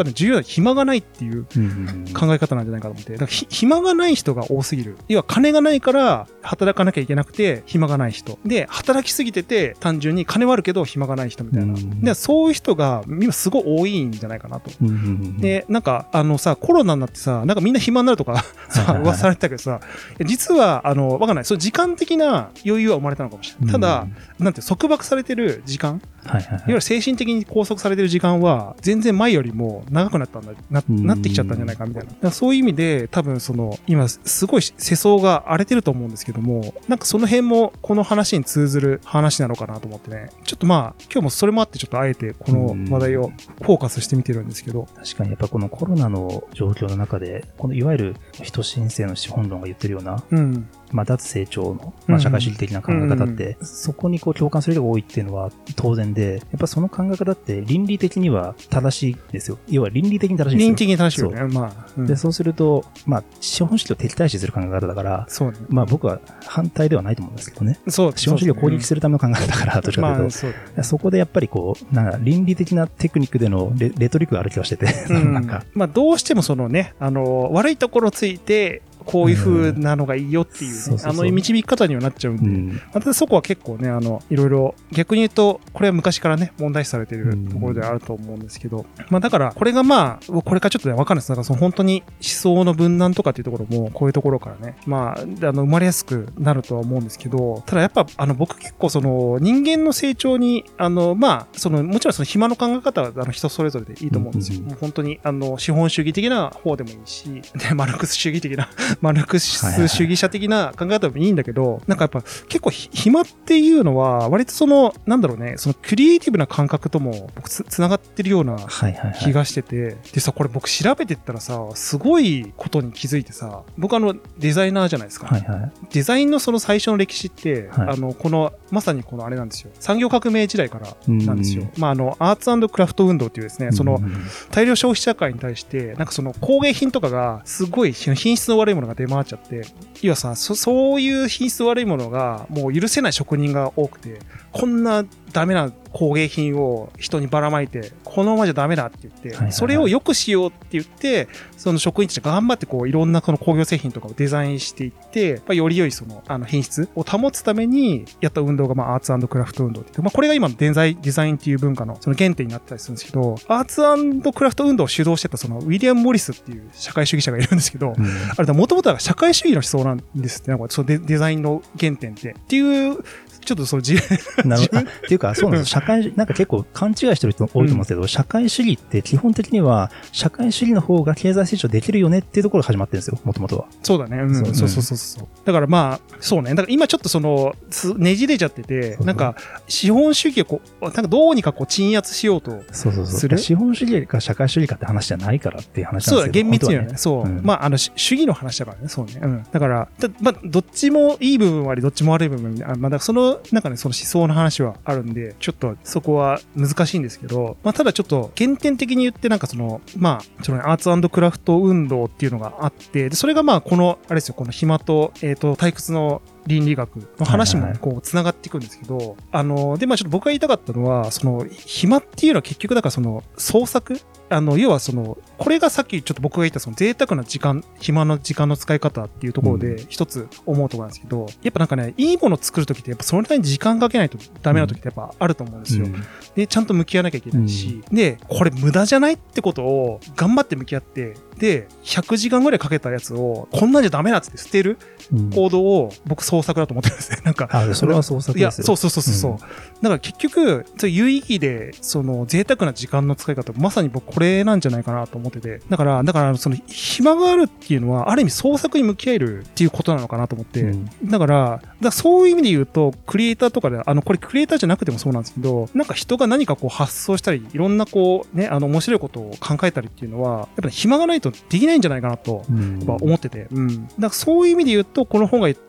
分重要なのは暇がないっていう考え方なんじゃないかと思って、だから暇がない人が多すぎる。要は金がないから働かなきゃいけなくて暇がない人。で、働きすぎてて単純に金はあるけど暇がない人みたいな。で、そういう人が今すごい多いんじゃないかなと。で、なんかあのさ、コロナになってさ、なんかみんな暇になるとかさ、噂されてたけどさ、実はあの、わかんない。そう時間的な余裕は生まれたのかもしれない。ただ、なんて束縛されてる時間、はいはいはい、いわゆる精神的に拘束されてる時間は全然前よりも長くなったんだ な, なってきちゃったんじゃないかみたいな。だからそういう意味で多分その今すごい世相が荒れてると思うんですけども、なんかその辺もこの話に通ずる話なのかなと思ってね、ちょっとまあ今日もそれもあってちょっとあえてこの話題をフォーカスしてみてるんですけど、 確かにやっぱこのコロナの状況の中でこのいわゆる人申請の資本論が言ってるような、うんまあ、脱成長の、まあ、社会主義的な考え方って、うん、そこにこう共感する人が多いっていうのは当然で、やっぱその考え方って倫理的には正しいですよ。要は倫理的に正しいんですよ。 倫理的に正しいよね。まあ、 うん、で、そうすると、まあ、資本主義と敵対視する考え方だから、 そうね、 まあ僕は反対ではないと思うんですけどね。 そう。 資本主義を攻撃するための考え方だから、どっちかというと、まあ、そうね、そこでやっぱりこう、なんか倫理的なテクニックでの レ, レトリックがある気がしてて、うん、なんか。 まあどうしてもそのね、あの、悪いところついて、こういう風なのがいいよっていう、ね、うん、そうそうそう、あの導き方にはなっちゃうんで、うん、またそこは結構ね、あのいろいろ逆に言うとこれは昔からね問題視されているところであると思うんですけど、うん、まあだからこれがまあこれからちょっとね分かんないです。だからその本当に思想の分断とかっていうところもこういうところからね、まああの生まれやすくなるとは思うんですけど、ただやっぱあの僕結構その人間の成長にあのまあそのもちろんその暇の考え方はあの人それぞれでいいと思うんですよ。うんうん、もう本当にあの資本主義的な方でもいいし、でマルクス主義的なマルクス主義者的な考え方もいいんだけど、なんかやっぱ結構暇っていうのは割とそのなんだろうね、そのクリエイティブな感覚とも僕 つ, つながってるような気がしてて、はいはいはい、でさこれ僕調べてったらさすごいことに気づいてさ、僕あのデザイナーじゃないですか、はいはい、デザインのその最初の歴史って、はい、あのこのまさにこのあれなんですよ、産業革命時代からなんですよ。まああのアーツ&クラフト運動っていうですね、その大量消費社会に対してなんかその工芸品とかがすごい品質の悪いものが出回っちゃって、要はさ そ, そういう品質悪いものがもう許せない職人が多くて、こんなダメな工芸品を人にばらまいてこのままじゃダメだって言って、はいはいはい、それを良くしようって言ってその職員たちが頑張ってこういろんなこの工業製品とかをデザインしていって、まあ、より良いそのあの品質を保つためにやった運動がまあアーツ&クラフト運動って言って、まあ、これが今のデザインデザインっていう文化のその原点になったりするんですけど、アーツ&クラフト運動を主導してたそのウィリアム・モリスっていう社会主義者がいるんですけど、うん、あれもともとは社会主義の思想なんですって、なんかその デ, デザインの原点ってっていうちょっとその自なるほど。っていうか、そうなんです。社会、なんか結構勘違いしてる人多いと思うんですけど、うん、社会主義って基本的には、社会主義の方が経済成長できるよねっていうところが始まってるんですよ、もともとは。 そうだね。うん。そうそうそうそう。だからまあ、そうね。だから今ちょっとその、ねじれちゃってて、なんか、資本主義をこう、なんかどうにかこう鎮圧しようとする。そうそうそう。資本主義か社会主義かって話じゃないからっていう話なんですよ。 そうだ、厳密にはね。そう。うん、まあ、あの、主義の話だからね。そうね。うん。だから、だまあ、どっちもいい部分はあり、どっちも悪い部分あまあ、だからその、なんかね、その思想の話はあるんで、ちょっとそこは難しいんですけど、まあただちょっと原点的に言ってなんかその、まあ、そのアーツ&クラフト運動っていうのがあって、でそれがまあこの、あれですよ、この暇と、えっと、退屈の倫理学の話もこう繋がっていくんですけど、はいはいはい、あの、でまあちょっと僕が言いたかったのは、その、暇っていうのは結局だからその、創作あの、要はその、これがさっきちょっと僕が言ったその贅沢な時間、暇の時間の使い方っていうところで一つ思うところなんですけど、うん、やっぱなんかね、いいものを作るときってやっぱそれなりに時間かけないとダメなときってやっぱあると思うんですよ。うん、で、ちゃんと向き合わなきゃいけないし、うん、で、これ無駄じゃないってことを頑張って向き合って、で、ひゃくじかんぐらいかけたやつを、こんなんじゃダメだっつって捨てる行動を僕創作だと思ってるんですね。なんか。 あ、それは創作ですよ。いや、 そうそうそうそう。うん、だから結局、有意義で、その贅沢な時間の使い方、まさに僕これなんじゃないかなと思ってて。だから、だからその暇があるっていうのは、ある意味創作に向き合えるっていうことなのかなと思って。うん、だから、だからそういう意味で言うと、クリエイターとかで、あの、これクリエイターじゃなくてもそうなんですけど、なんか人が何かこう発想したり、いろんなこう、ね、あの、面白いことを考えたりっていうのは、やっぱり暇がないとできないんじゃないかなと、やっぱ思ってて。うん。だからそういう意味で言うと、この本が言ってる、そ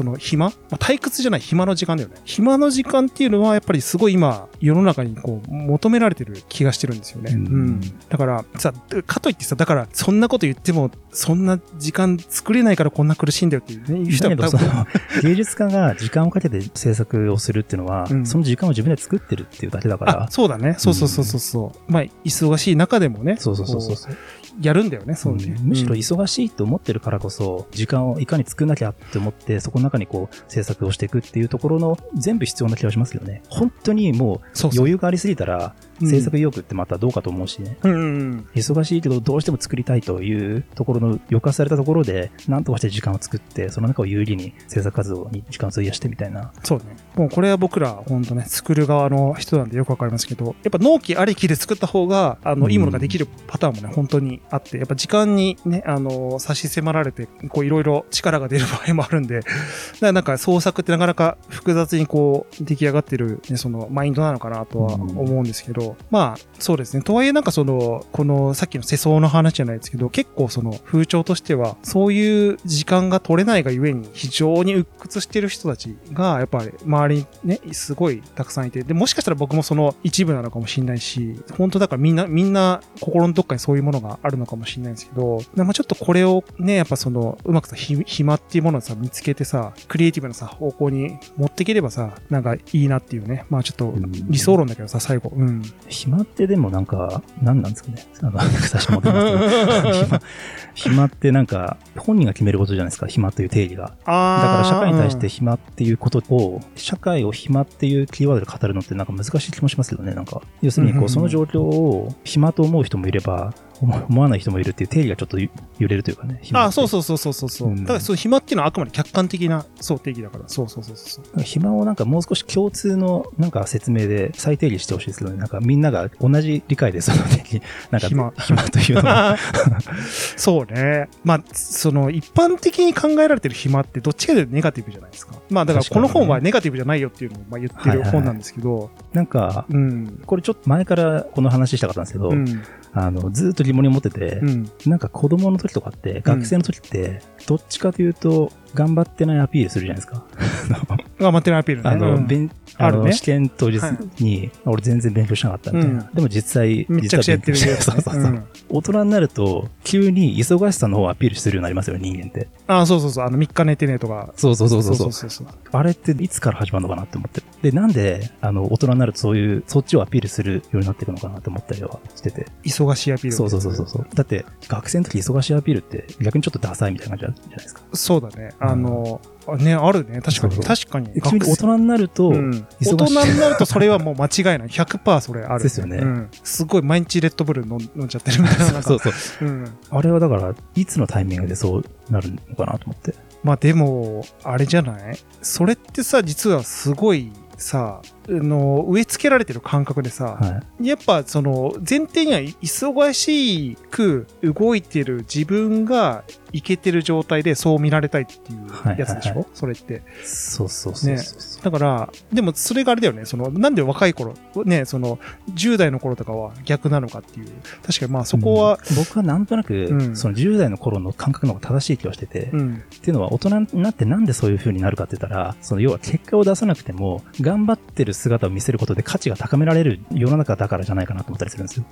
の暇、まあ、退屈じゃない暇の時間だよね。暇の時間っていうのはやっぱりすごい今世の中にこう求められてる気がしてるんですよね。うん。うん、だからさ、かといってさ、だからそんなこと言ってもそんな時間作れないからこんな苦しいんだよっていうね、言う人は多分芸術家が時間をかけて制作をするっていうのは、うん、その時間を自分で作ってるっていうだけだから。 あ、そうだね。そうそうそうそうそう。うん、まあ忙しい中でもね。 そうそうそうそうそう。 やるんだよね、そうね、 うん。むしろ忙しいと思ってるからこそ、時間をいかに作んなきゃって思って、そこの中にこう制作をしていくっていうところの全部必要な気がしますけどね。本当にもう余裕がありすぎたら、制作意欲ってまたどうかと思うしね、うんうんうん。忙しいけどどうしても作りたいというところの抑圧されたところで、何とかして時間を作って、その中を有利に制作活動に時間を費やしてみたいな。 そうね。もうこれは僕ら本当ね、作る側の人なんでよくわかりますけど、やっぱ納期ありきで作った方が、あの、いいものができるパターンもね、本当にあって、やっぱ時間にね、あの、差し迫られて、こういろいろ力が出る場合もあるんで、だからなんか創作ってなかなか複雑にこう出来上がってる、ね、そのマインドなのかなとは思うんですけど、うん、まあ、そうですね。とはいえなんかその、このさっきの世相の話じゃないですけど、結構その風潮としては、そういう時間が取れないがゆえに非常に鬱屈してる人たちが、やっぱり周りにね、すごいたくさんいて、で、もしかしたら僕もその一部なのかもしれないし、本当だからみんな、みんな心のどっかにそういうものがあるのかもしれないんですけど、まあちょっとこれをね、やっぱその、うまくさ、暇っていうものをさ、見つけてさ、クリエイティブなさ、方向に持っていければさ、なんかいいなっていうね。まあちょっと理想論だけどさ、最後。うん。 暇ってでもなんか、何なんですかね。あの、最初戻りますけど暇。暇ってなんか、本人が決めることじゃないですか、暇という定義が。だから社会に対して暇っていうことを、社会を暇っていうキーワードで語るのってなんか難しい気もしますけどね、なんか。要するにこう、その状況を暇と思う人もいれば、思わない人もいるっていう定義がちょっと揺れるというかね。 ああ、そうそうそうそうそう。うん、だからそう、暇っていうのはあくまで客観的な、そう定義だから。そうそうそうそう。 暇をなんかもう少し共通のなんか説明で再定義してほしいですけどね。なんかみんなが同じ理解でその定義、なんか暇、暇というのは。 そうね。まあ、その一般的に考えられてる暇ってどっちかというとネガティブじゃないですか。まあだからこの本はネガティブじゃないよっていうのをまあ言ってる本なんですけど。はいはいはい、 なんか、うん、これちょっと前からこの話したかったんですけど、うん、あの、ずっと疑問に思ってて、うん、なんか子供の時とかって、学生の時って、どっちかというと、頑張ってないアピールするじゃないですか。 頑張ってないアピールね。 あの、うん、あの、ね、試験当日に、はい、俺全然勉強しなかったみたいな。うん、でも実際、 めちゃくちゃやってるやつ、ね。 そうそうそう、うん。大人になると、急に忙しさの方をアピールするようになりますよね、人間って。 ああ、そうそうそう。あの、みっか寝てねとか。 そうそうそうそう。そうそうそうあれっていつから始まるのかなって思ってる。で、なんで、あの、大人になるとそういう、そっちをアピールするようになっていくのかなって思ったりはしてて。 忙しいアピール。 そうそうそうそう。だって、学生の時忙しいアピールって逆にちょっとダサいみたいな感じじゃないですか。 そうだね。あの、うん、ね、あるね。確かに。そうそう確かに。 急に大人になると、うん、 大人になるとそれはもう間違いない。ひゃくパーセント それある、ね。 ですよね、うん。 すごい毎日レッドブル飲ん飲んじゃってるみたいな。 そうそう。うん、あれはだから、いつのタイミングでそうなるのかなと思って。 まあでも、あれじゃないそれってさ、実はすごいさ、あの、植え付けられてる感覚でさ、はい、やっぱその、前提には忙しく動いてる自分がイケてる状態でそう見られたいっていうやつでしょ、はいはいはい、それって。 そうそうそうそうね。だから、でもそれがあれだよね、その、なんで若い頃、ね、その、じゅう代の頃とかは逆なのかっていう。確かにまあそこは。 うん、僕はなんとなく、うん、そのじゅう代の頃の感覚の方が正しい気がしてて、うん、っていうのは大人になってなんでそういう風になるかって言ったら、その要は結果を出さなくても、頑張ってる姿を見せることで価値が高められる世の中だからじゃないかなと思ったりするんですよ。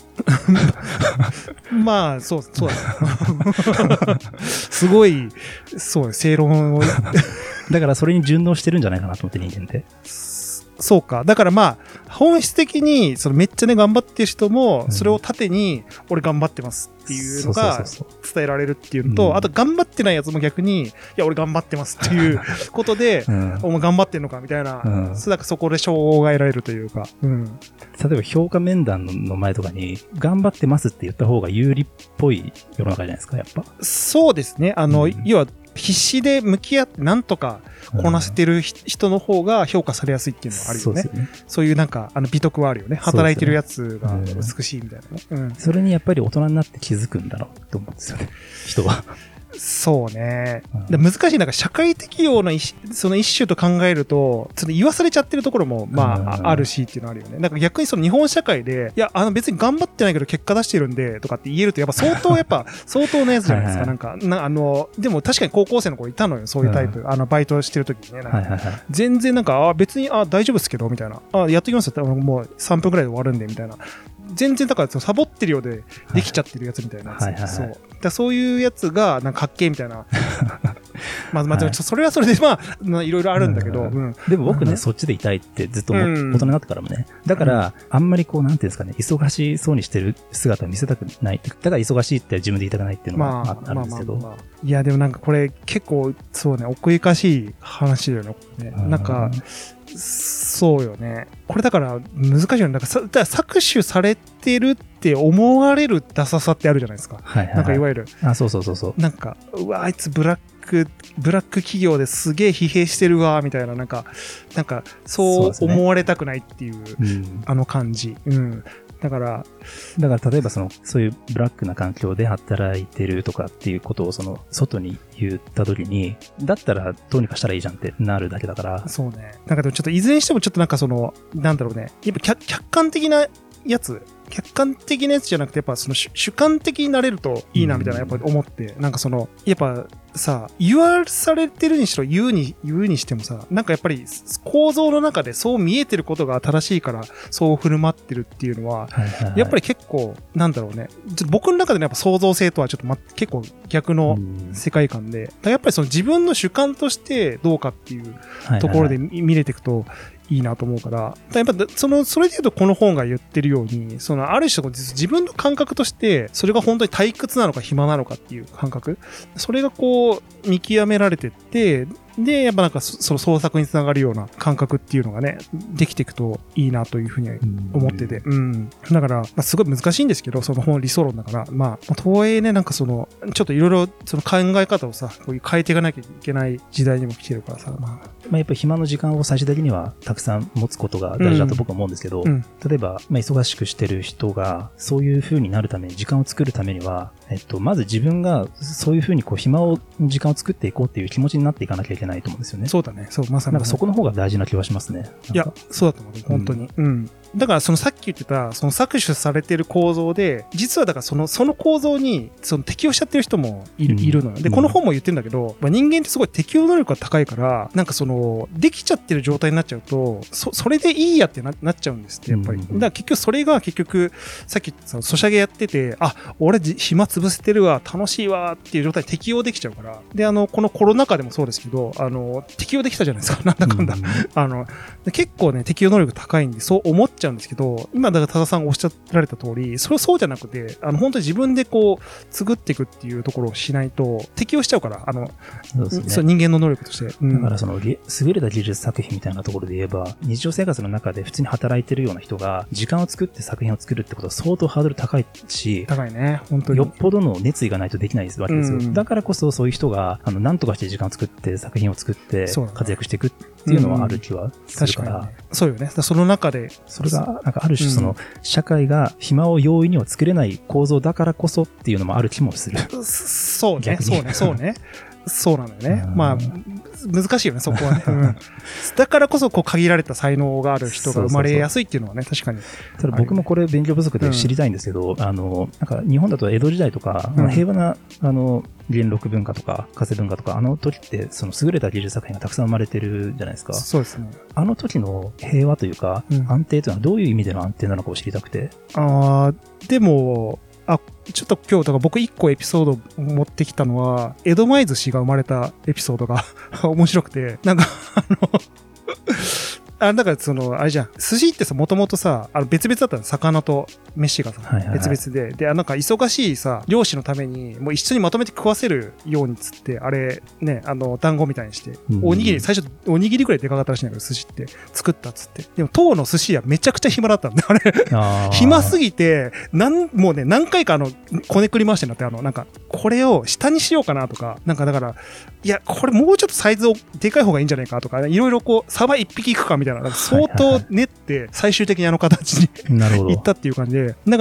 まあ、そう、そうだ。すごい、そう、正論を。 だからそれに順応してるんじゃないかなと思って人間って。 そうか。だからまあ、本質的に、そのめっちゃね、頑張ってる人も、それを盾に、俺頑張ってますっていうのが伝えられるっていうのと、あと頑張ってないやつも逆に、いや、俺頑張ってますっていうことで、うん、お前頑張ってんのかみたいな、うん、それだからそこで障害られるというか、うん。 例えば評価面談の前とかに、頑張ってますって言った方が有利っぽい世の中じゃないですか、やっぱ。 そうですね。あの、うん、要は、必死で向き合ってなんとかこなせてる人の方が評価されやすいっていうのはあるよね。そうですね。そういうなんか、あの美徳はあるよね。働いてるやつが美しいみたいなね。 うん。それにやっぱり大人になって気づくんだろうと思うんですよね。人は。 そうね。 うん、 難しい、なんか社会適応の一その一種と考えると、その言わされちゃってるところも、まあ、うん、あるしっていうのはあるよね。なんか逆にその日本社会で、いや、あの別に頑張ってないけど結果出してるんで、とかって言えると、やっぱ相当、やっぱ相当なやつじゃないですか。はいはい、なんか、なあの、でも確かに高校生の子いたのよ、そういうタイプ。うん、あの、バイトしてる時にね。なんかはいはいはい、全然なんか、あ、別に、あ、大丈夫ですけど、みたいな。あ、やっときますよ。もうさんぷんくらいで終わるんで、みたいな。全然だからサボってるようでできちゃってるやつみたいなやつ、はいはいはいはい、そうだそういうやつがなんかかっけえみたいなまあまあ、はい、それはそれでまあいろいろあるんだけど、うんうん、 でも僕ね、うん、そっちでいたいってずっと思っ、うん、大人になってからもね、だから、うん、あんまりこうなんていうんですかね、忙しそうにしてる姿を見せたくない、だから忙しいって自分で言いたくないっていうのが、まあ、あるんですけど、まあまあまあ、いやでもなんかこれ結構そうね、奥ゆかしい話だよね、なんかそうよね。これだから難しいよね。だからさだから搾取されてるって思われるダサさってあるじゃないですか。はいはいはい、なんかいわゆる。 あ、そうそうそうそう。 なんか、うわ、あいつブラック、ブラック企業ですげえ疲弊してるわ、みたいな、なんか、なんか、そう思われたくないっていう、うね、うん、あの感じ。うん。だから、 だから例えばその、そういうブラックな環境で働いてるとかっていうことをその、外に言った時に、だったらどうにかしたらいいじゃんってなるだけだから。 そうね。なんかでもちょっといずれにしてもちょっとなんかその、なんだろうね。やっぱ客、客観的なやつ、客観的なやつじゃなくて、やっぱその主観的になれるといいなみたいなやっぱ思って、なんかその、やっぱさ、言わされてるにしろ言うに、言うにしてもさ、なんかやっぱり構造の中でそう見えてることが正しいからそう振る舞ってるっていうのは、はいはいはい、やっぱり結構、なんだろうね、ちょっと僕の中でのやっぱ創造性とはちょっと、ま、結構逆の世界観で、だやっぱりその自分の主観としてどうかっていうところで見れていくと、はいはいはい、いいなと思うから、やっぱそのそれで言うとこの本が言ってるように、そのある種自分の感覚としてそれが本当に退屈なのか暇なのかっていう感覚、それがこう見極められてって、でやっぱなんかその創作につながるような感覚っていうのがねできていくといいなというふうに思ってて、うん、うん、だから、まあ、すごい難しいんですけど、その本理想論だから、まあとはいえね、なんかそのちょっといろいろその考え方をさこういう変えていかなきゃいけない時代にも来てるからさ、まあ、 まあ、やっぱり暇の時間を最終的にはたくさん持つことが大事だと僕は思うんですけど、うんうん、例えば、まあ、忙しくしてる人がそういう風になるために時間を作るためには、えっと、まず自分がそういう風にこう暇を時間を作っていこうっていう気持ちになっていかなきゃいけないと思うんですよね。 そうだね。そう、まさに。 なんかそこの方が大事な気はしますね。 いや、そうだと思う。本当に。うん。うんだからそのさっき言ってたその搾取されてる構造で、実はだからそのその構造にその適応しちゃってる人もいる、うん、いるのよ。で、この本も言ってるんだけど、まあ、人間ってすごい適応能力が高いから、なんかそのできちゃってる状態になっちゃうと、そそれでいいやって な, なっちゃうんですってやっぱり。だから結局それが結局さっき言ったソシャゲやってて、あ、俺暇潰せてるわ、楽しいわっていう状態に適応できちゃうから。で、あのこのコロナ禍でもそうですけど、あの適応できたじゃないですか。なんだかんだ、うん、あの結構ね適応能力高いんでそう思っちゃうんですけど、今だから多田さんがおっしゃられた通り、それはそうじゃなくて、あの本当に自分でこう作っていくっていうところをしないと適応しちゃうから、あのそうですね、そう人間の能力として、 うん、だからその優れた技術作品みたいなところで言えば、日常生活の中で普通に働いてるような人が時間を作って作品を作るってことは相当ハードル高いし、 高いね、本当によっぽどの熱意がないとできないわけですよ。うん、だからこそそういう人があの何とかして時間を作って作品を作って活躍していくっていうのはある気はするから、うん、確かにね、そうよね。その中でそれがなんかある種その、うん、社会が暇を容易には作れない構造だからこそっていうのもある気もする。 そうね、そうね、そうね。そうなのよね。まあ、難しいよね、そこはね。うん、だからこそ、こう、限られた才能がある人が生まれやすいっていうのはね、確かに。 ただ僕もこれ勉強不足で知りたいんですけど、うん、あの、なんか日本だと江戸時代とか、うん、平和な、あの、元禄文化とか、加瀬文化とか、あの時って、その優れた技術作品がたくさん生まれてるじゃないですか。 そうですね。 あの時の平和というか、うん、安定というのはどういう意味での安定なのかを知りたくて。 ああ、でも、あ、ちょっと今日、だから僕一個エピソード持ってきたのは、江戸前寿司が生まれたエピソードが面白くて、なんか、あの、あ、だからその、あれじゃん。寿司ってさ、もともとさ、あの別々だったの。魚と飯がさ、はいはいはい、別々で。で、なんか忙しいさ、漁師のために、もう一緒にまとめて食わせるようにつって、あれ、ね、あの、団子みたいにして、うんうん、おにぎり、最初、おにぎりぐらいでかかったらしいんだけど、寿司って、作ったっつって。でも、当の寿司屋めちゃくちゃ暇だったんで、あれ。あ暇すぎて、なん、もうね、何回かあの、こねくり回してなって、あの、なんか、これを下にしようかなとか、なんかだから、いや、これもうちょっとサイズをでかい方がいいんじゃないかとか、いろいろこう、サバ一匹いくかみたいな、相当練って最終的にあの形にいったっていう感じで、なんか、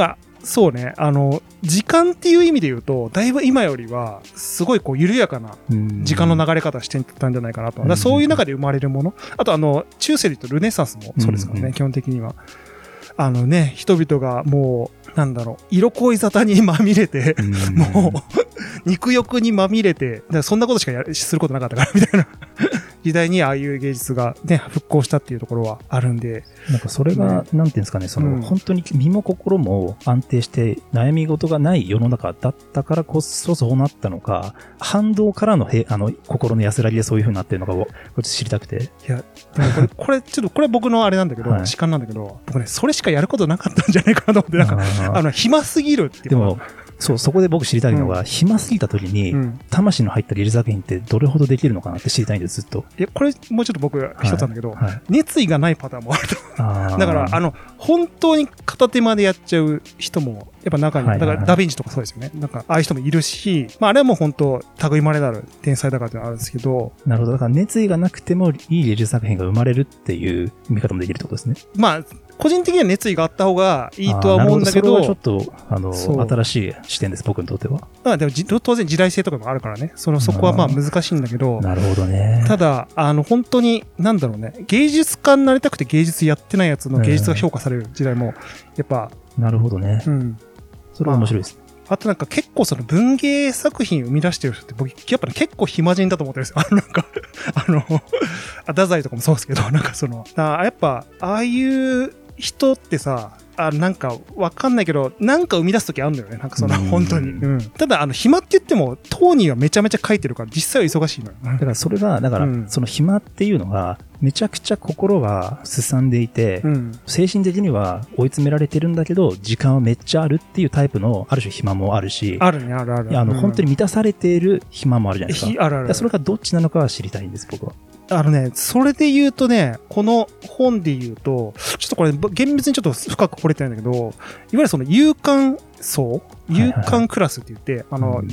そうね、あの、時間っていう意味で言うと、だいぶ今よりは、すごいこう、緩やかな時間の流れ方してたんじゃないかなと。だからそういう中で生まれるもの。あとあの、中世で言うとルネサンスもそうですからね、基本的には。あのね、人々がもう、なんだろう、色恋沙汰にまみれて、もう、肉欲にまみれて、だからそんなことしかやすることなかったから、みたいな。時代にああいう芸術がね、復興したっていうところはあるんで。 なんかそれが、なんていうんですかね、その、本当に身も心も安定して悩み事がない世の中だったからこそそうなったのか、反動からのへあの心の安らぎでそういう風になってるのかを知りたくて。 いや、でもこれ、これちょっとこれ僕のあれなんだけど、はい、主観なんだけど、僕ね、それしかやることなかったんじゃないかなと思って、なんか、あの、暇すぎるっていう。 でも、そう、そこで僕知りたいのが、うん、暇すぎた時に、うん、魂の入ったリリース作品ってどれほどできるのかなって知りたいんです、ずっと。 いや、これもうちょっと僕一つなんだけど、はいはい、熱意がないパターンもあると。だから、あの、本当に片手間でやっちゃう人も、やっぱ中に、だからダヴィンチとかそうですよね。なんか、ああいう人もいるし、まあ、あれはもう本当、類まれなる天才だからってのはあるんですけど。 なるほど。だから熱意がなくてもいいリリース作品が生まれるっていう見方もできるってことですね。 まあ、個人的には熱意があった方がいいとは思うんだけど。 それはちょっと、あの、新しい視点です、僕にとっては。 まあでも、当然時代性とかもあるからね。その、そこはまあ難しいんだけど。 なるほどね。 ただ、あの、本当に、なんだろうね。芸術家になりたくて芸術やってないやつの芸術が評価される時代も、やっぱ。 なるほどね。 うん。 それは面白いです。 まあ、あとなんか結構その文芸作品を生み出してる人って僕、やっぱり結構暇人だと思ってるんですよ。あのなんか、あの、太宰とかもそうですけど、なんかその、やっぱ、ああいう人ってさ、あなんかわかんないけど、なんか生み出すときあるんだよね。なんかその、本当に。うん。ただ、あの、暇って言っても、当人はめちゃめちゃ書いてるから、実際は忙しいのよ。 だからそれが、だから、その暇っていうのが、めちゃくちゃ心はすさんでいて、うん、精神的には追い詰められてるんだけど、時間はめっちゃあるっていうタイプの、ある種暇もあるし、 あるね、あるある。 あの、うん、本当に満たされている暇もあるじゃないですか。 あるある。 それがどっちなのかは知りたいんです、僕は。 あのね、それで言うとね、この本で言うと、ちょっとこれ、厳密にちょっと深く掘れてないんだけど、いわゆるその勇敢層、勇敢クラスって言って、はいはい、あの、うん、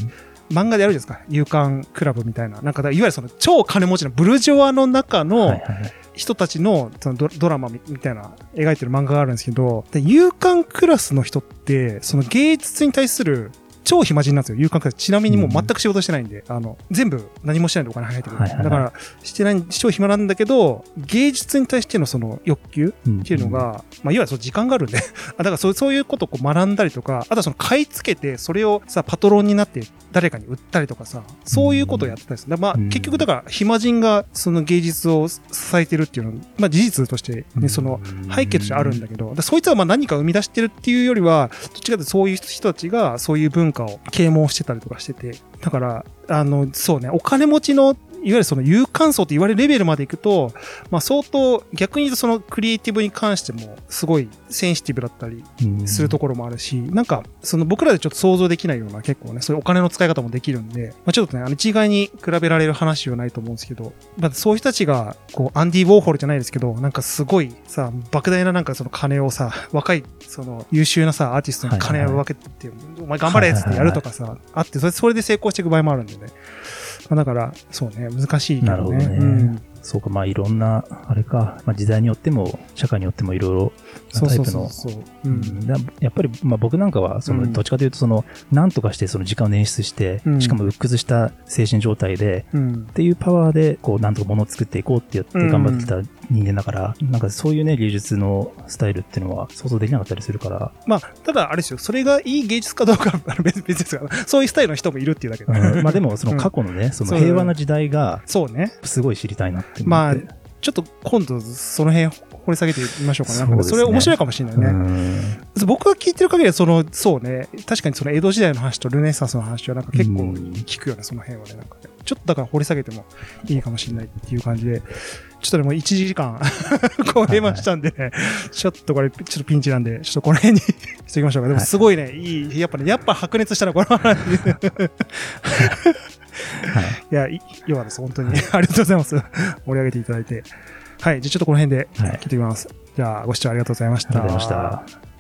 漫画でやるじゃないですか。勇敢クラブみたいな。なんか、いわゆるその超金持ちのブルジョワの中の人たちのその ド, ドラマみたいな描いてる漫画があるんですけど、で勇敢クラスの人って、その芸術に対する超暇人なんですよ、勇敢クラス。ちなみにもう全く仕事してないんで、うん、あの、全部何もしないでお金入ってくる。はいはいはい、だから、してない、超暇なんだけど、芸術に対してのその欲求っていうのが、うんうん、まあ、いわゆるその時間があるんで、だからそうそういうことをこう学んだりとか、あとはその買い付けて、それをさ、パトロンになって誰かに売ったりとかさ、そういうことをやってたりする。まあ、結局だから、暇人がその芸術を支えてるっていうのは、まあ事実としてね、その背景としてあるんだけど、そいつはまあ何か生み出してるっていうよりは、どっちかというとそういう人たちがそういう文化を啓蒙してたりとかしてて、だから、あの、そうね、お金持ちの、いわゆるその有感層と言われるレベルまでいくと、まあ相当逆に言うとそのクリエイティブに関してもすごいセンシティブだったりするところもあるし、なんかその僕らでちょっと想像できないような結構ね、そういうお金の使い方もできるんで、まあちょっとね、あの一概に比べられる話はないと思うんですけど、まあそういう人たちがこうアンディ・ウォーホルじゃないですけど、なんかすごいさ、莫大ななんかその金をさ、若いその優秀なさ、アーティストに金を分けて、はいはいはい、お前頑張れっつってやるとかさ、はいはいはい、あって、それ、それで成功していく場合もあるんでね。まあ、だから、そうね、難しいけどね。 なるほどね。うん、そうか、まあいろんな、あれか、まあ時代によっても、社会によってもいろいろなタイプの。そうそうそう、うん、やっぱり、まあ僕なんかは、その、どっちかというと、その、なんとかしてその時間を捻出して、うん、しかも鬱屈した精神状態で、うん、っていうパワーで、こう、なんとか物を作っていこうってやって頑張ってきた人間だから、うん、なんかそういうね、芸術のスタイルっていうのは想像できなかったりするから。 まあ、ただあれですよ、それがいい芸術かどうかは別ですから、そういうスタイルの人もいるっていうだけで。 うん、まあでも、その過去のね、うん、その平和な時代が、 そうね。 すごい知りたいなって思って。 まあ、ちょっと今度その辺掘り下げてみましょうかね。そ, ねそれ面白いかもしれないね。僕が聞いてる限りはその、そうね、確かにその江戸時代の話とルネサンスの話はなんか結構聞くよね、その辺はね。なんかねちょっとだから掘り下げてもいいかもしれないっていう感じで、ちょっとでもいちじかん超えましたんで、ね、はいはい、ちょっとこれちょっとピンチなんで、ちょっとこの辺にしておきましょうか。でもすごいね、はい、いい、やっぱね、やっぱ白熱したらこの話。はい、いや、よかったです。本当に。ありがとうございます。盛り上げていただいて。はい。じゃあちょっとこの辺で切っていきます。はい、じゃあご視聴ありがとうございました。 ありがとうございました。